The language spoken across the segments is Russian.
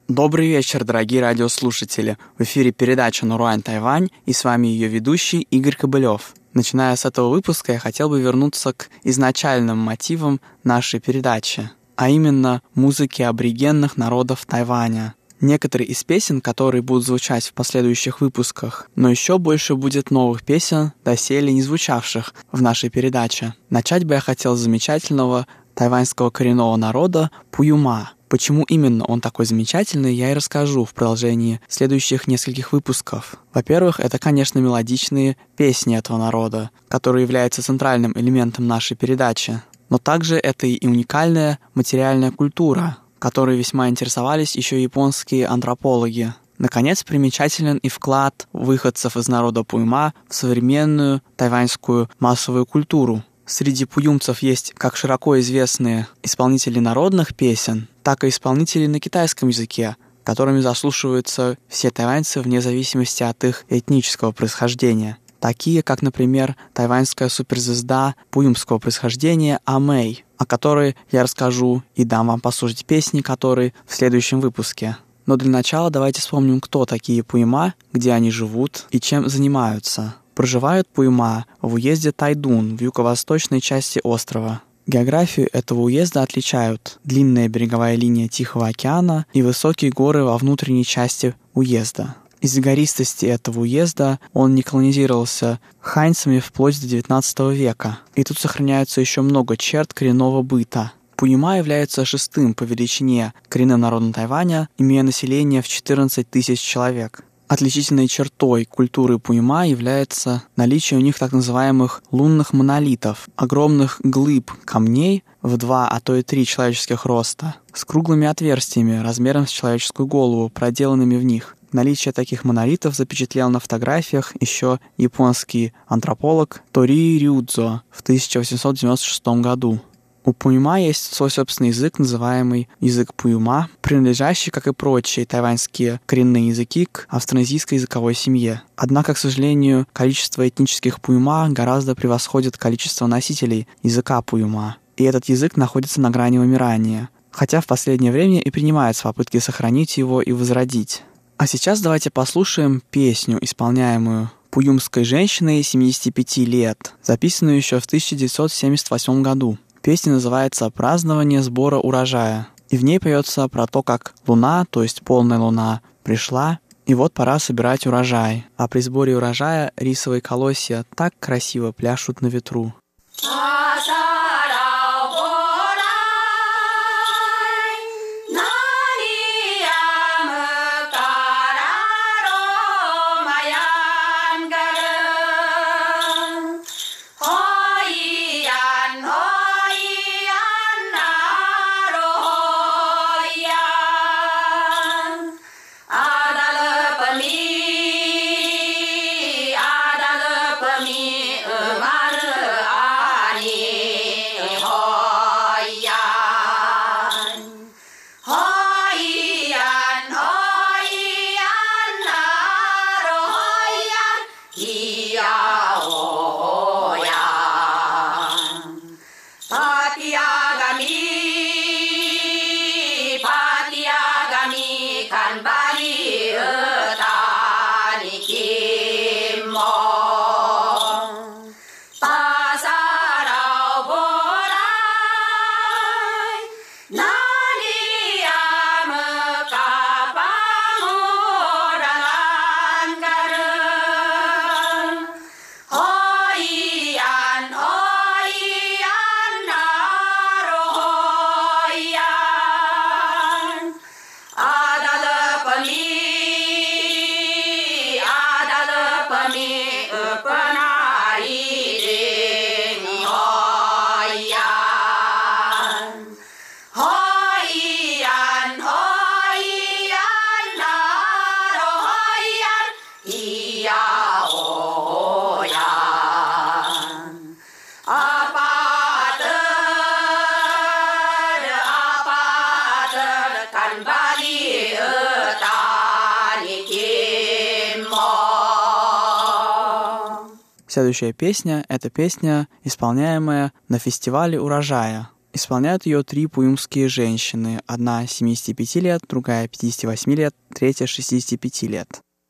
Добрый вечер, дорогие радиослушатели! В эфире передача «Наруань Тайвань» и с вами ее ведущий Игорь Кобылев. Начиная с этого выпуска, я хотел бы вернуться к изначальным мотивам нашей передачи, а именно музыке аборигенных народов Тайваня. Некоторые из песен, которые будут звучать в последующих выпусках, но еще больше будет новых песен, доселе не звучавших в нашей передаче. Начать бы я хотел с замечательного тайваньского коренного народа Пуюма. Почему именно он такой замечательный, я и расскажу в продолжении следующих нескольких выпусков. Во-первых, это, конечно, мелодичные песни этого народа, которые являются центральным элементом нашей передачи. Но также это и уникальная материальная культура, которой весьма интересовались еще японские антропологи. Наконец, примечателен и вклад выходцев из народа Пуюма в современную тайваньскую массовую культуру. Среди пуюмцев есть как широко известные исполнители народных песен, так и исполнители на китайском языке, которыми заслушиваются все тайваньцы вне зависимости от их этнического происхождения. Такие, как, например, тайваньская суперзвезда пуюмского происхождения Амэй, о которой я расскажу и дам вам послушать песни, которые в следующем выпуске. Но для начала давайте вспомним, кто такие Пуюма, где они живут и чем занимаются. Проживают Пуюма в уезде Тайдун в юго-восточной части острова. Географию этого уезда отличают длинная береговая линия Тихого океана и высокие горы во внутренней части уезда. Из-за гористости этого уезда он не колонизировался ханьцами вплоть до XIX века, и тут сохраняются еще много черт коренного быта. Пуюма является шестым по величине коренным народом Тайваня, имея население в 14 тысяч человек. Отличительной чертой культуры Пуюма является наличие у них так называемых лунных монолитов, огромных глыб камней в 2, а то и 3 человеческих роста, с круглыми отверстиями размером с человеческую голову, проделанными в них. Наличие таких монолитов запечатлел на фотографиях еще японский антрополог Тори Рюдзо в 1896 году. У Пуюма есть свой собственный язык, называемый язык Пуюма, принадлежащий, как и прочие тайваньские коренные языки, к австронезийской языковой семье. Однако, к сожалению, количество этнических Пуюма гораздо превосходит количество носителей языка Пуюма, и этот язык находится на грани вымирания, хотя в последнее время и принимаются попытки сохранить его и возродить. А сейчас давайте послушаем песню, исполняемую пуюмской женщиной 75 лет, записанную еще в 1978 году. Песня называется «Празднование сбора урожая», и в ней поется про то, как луна, то есть полная луна, пришла, и вот пора собирать урожай. А при сборе урожая рисовые колосья так красиво пляшут на ветру. Следующая песня — это песня, исполняемая на фестивале урожая. Исполняют ее 3 пуюмские женщины. Одна 75 лет, другая 58 лет, третья 65 лет.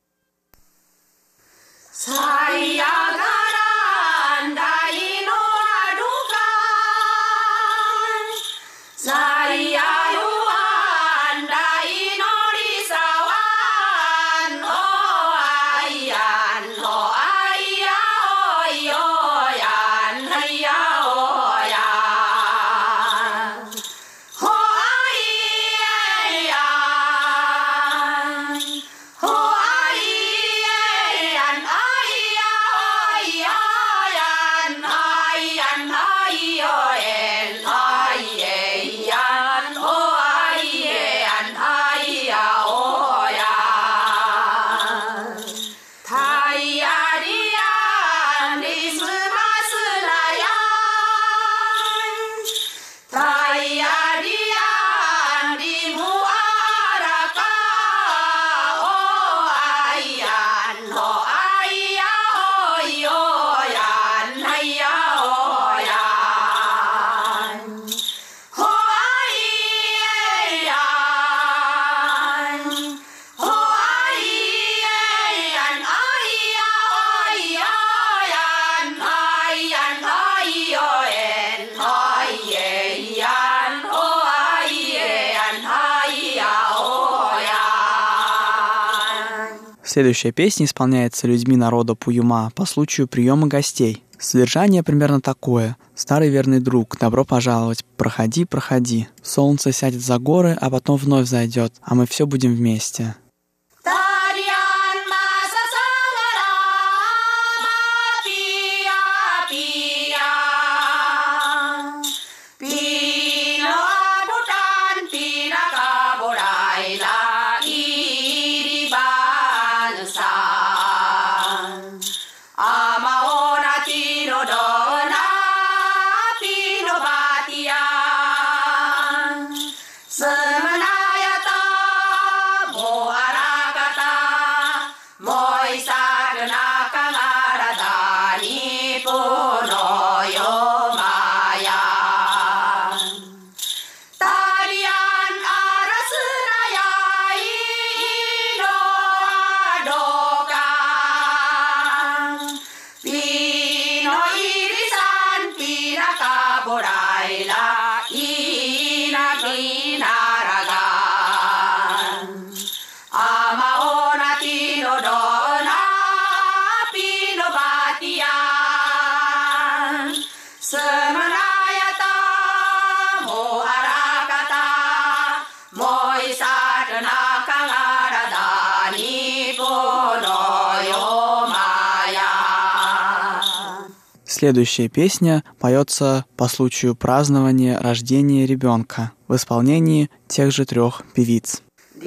Следующая песня исполняется людьми народа Пуюма по случаю приема гостей. Содержание примерно такое. Старый верный друг, добро пожаловать, проходи, проходи. Солнце сядет за горы, а потом вновь зайдет, а мы все будем вместе. Следующая песня поется по случаю празднования рождения ребенка в исполнении тех же 3 певиц.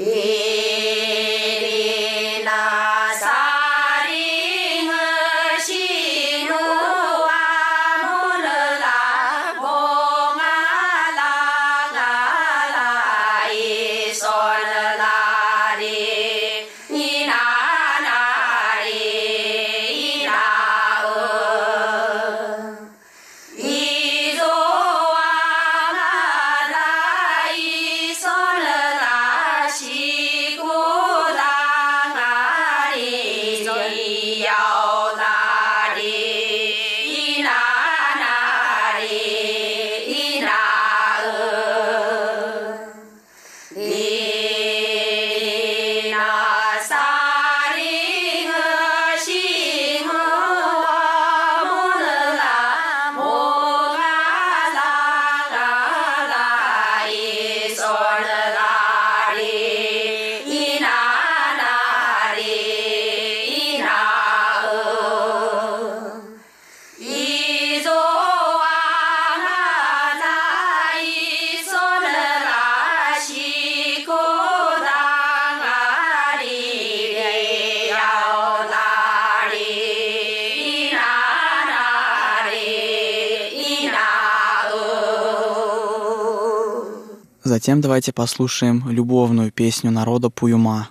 Затем давайте послушаем любовную песню народа Пуюма.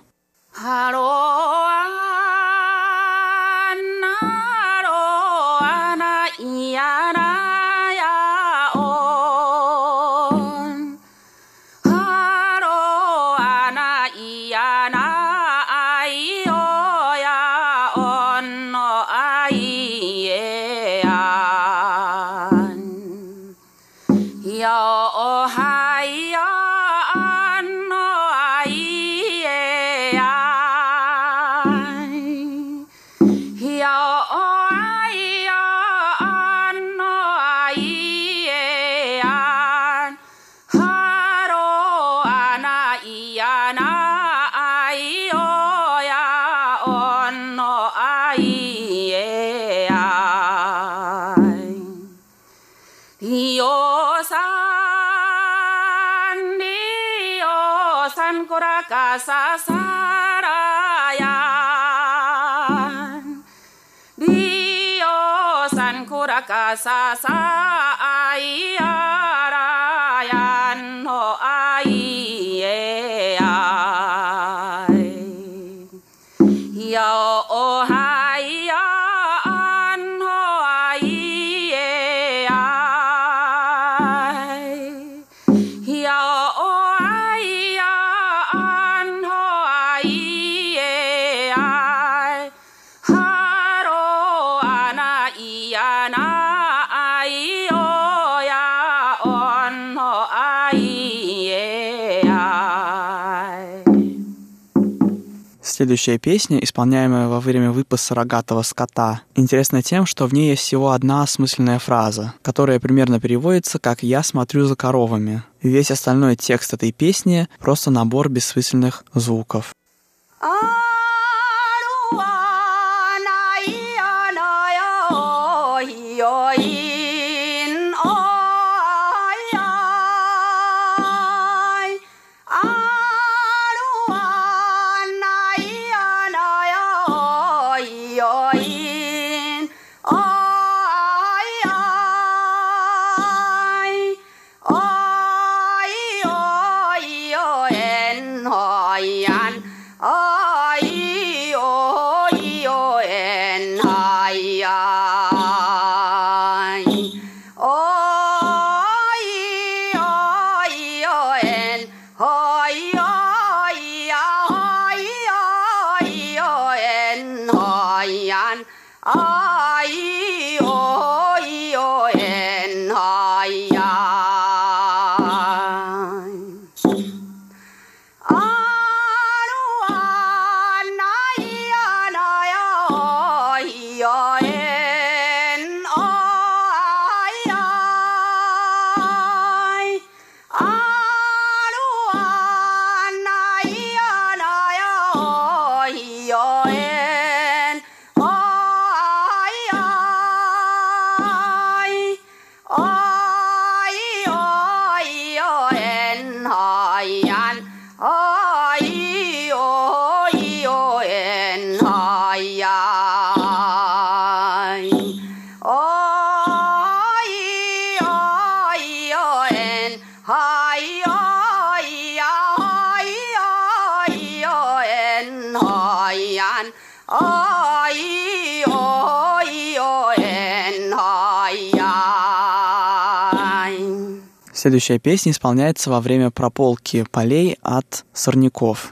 Diosan kuraka sasarayan Diosan kuraka sasayarayan ho ai yo ohayan ho ai yo Следующая песня, исполняемая во время выпаса рогатого скота, интересна тем, что в ней есть всего одна осмысленная фраза, которая примерно переводится как «я смотрю за коровами». Весь остальной текст этой песни — просто набор бессмысленных звуков. Следующая песня исполняется во время прополки полей от сорняков.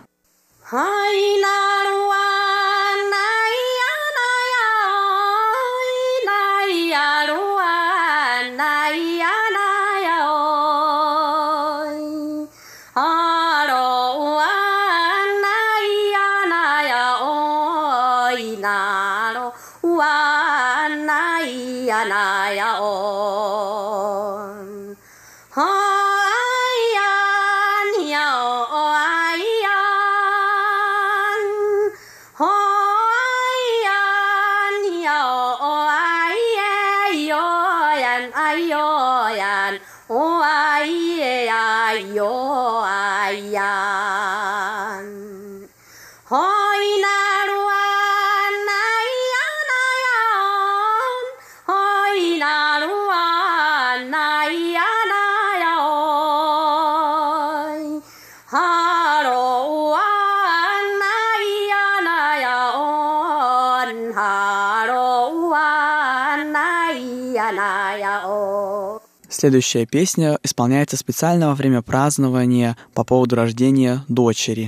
Следующая песня исполняется специально во время празднования по поводу рождения дочери.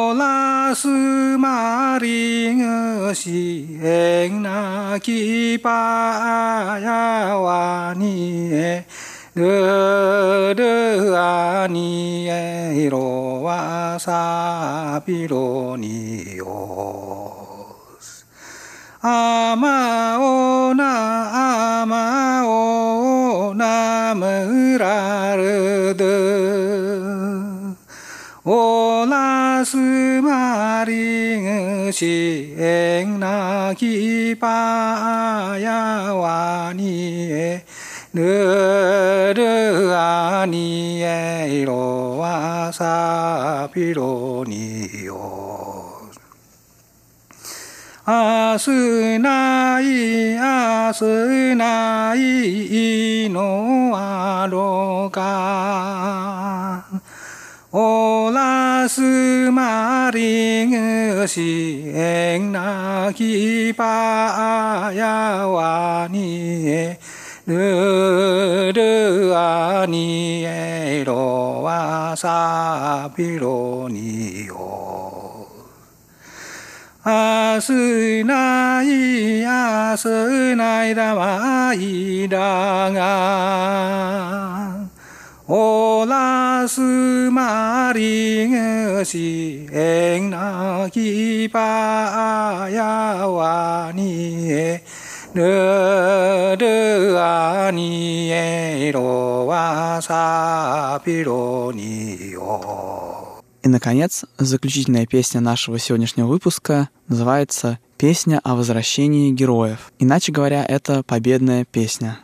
オラスマリンシエンナキパヤワニエルルアニエロワサピロニオスアマオナムラルドオラスマリンシエンナキパヤワニエルルアニエロワサピロニオアスナイノアロカオラスマリンシエンナキパヤワニエルルアニエロワサピロニオアスナイダマイダガオラスマリンシエンナキパヤワニエルルアニエロワサピロニオ. И, наконец, заключительная песня нашего сегодняшнего выпуска называется «Песня о возвращении героев». Иначе говоря, это победная песня.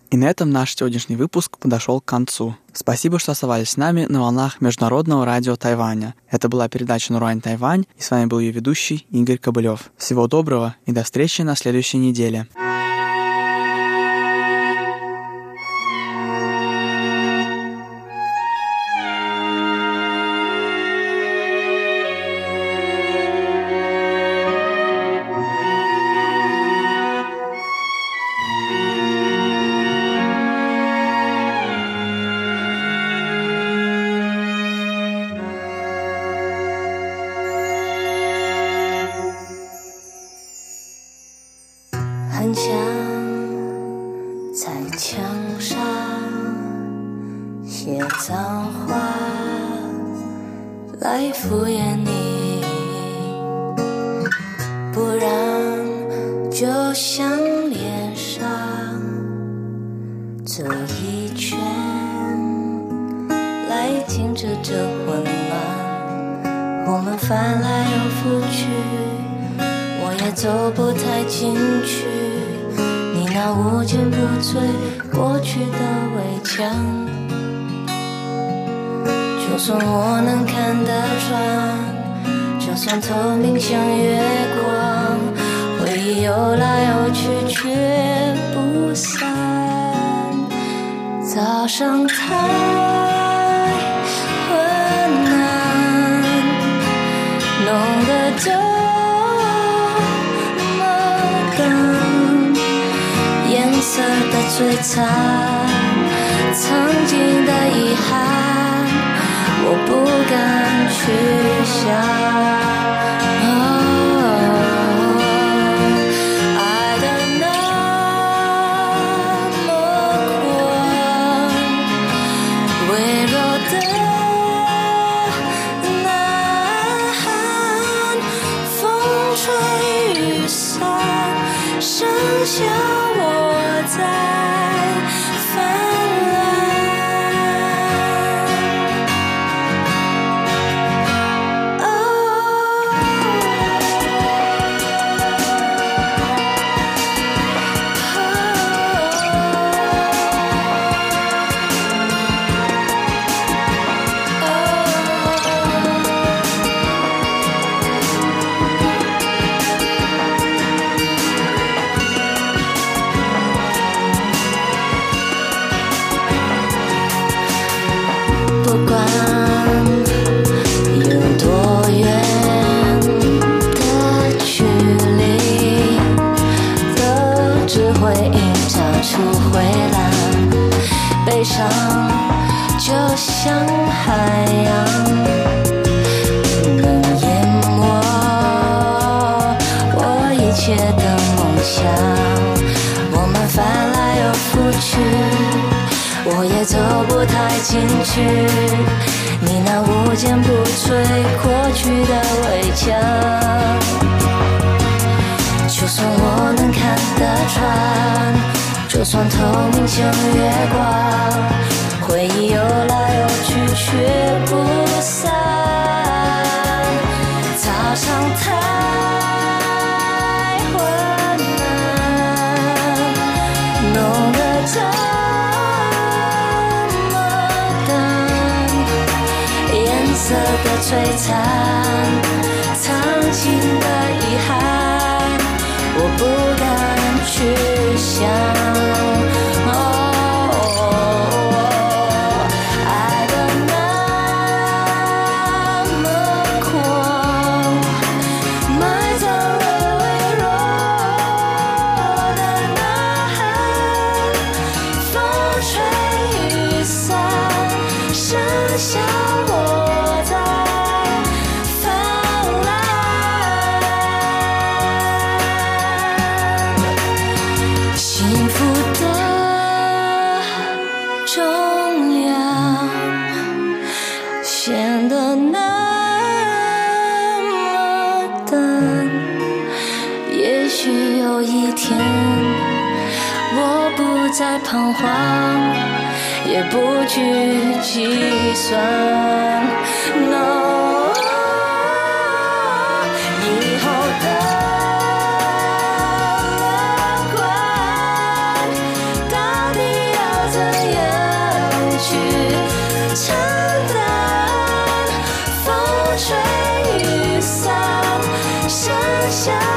И на этом наш сегодняшний выпуск подошел к концу. Спасибо, что оставались с нами на волнах Международного радио Тайваня. Это была передача «Наруань Тайвань», и с вами был ее ведущий Игорь Кобылев. Всего доброго и до встречи на следующей неделе. 很想在墙上写脏话来敷衍你，不然就像脸上走一圈来停止这混乱，我们翻来又覆去，我也走不太进去，你那无坚不摧过去的围墙，就算我能看得穿，就算透明像月光，回忆游来游去却不散，早上太昏暗，弄得这色的摧残，曾经的遗憾，我不敢去想。爱的那么狂，微弱的呐喊，风吹雨散，剩下我在泛悲伤就像海洋，能淹没我一切的梦想。我们翻来又覆去，我也走不太进去，你那无坚不摧过去的围墙，就算我能看得穿，就算透明像月光，回忆游来游去却不散，早上太昏暗，弄得这么淡，颜色的摧残，曾经的遗憾，我不敢去想。再彷徨，也不去计算。No， 以后的乐观到底想。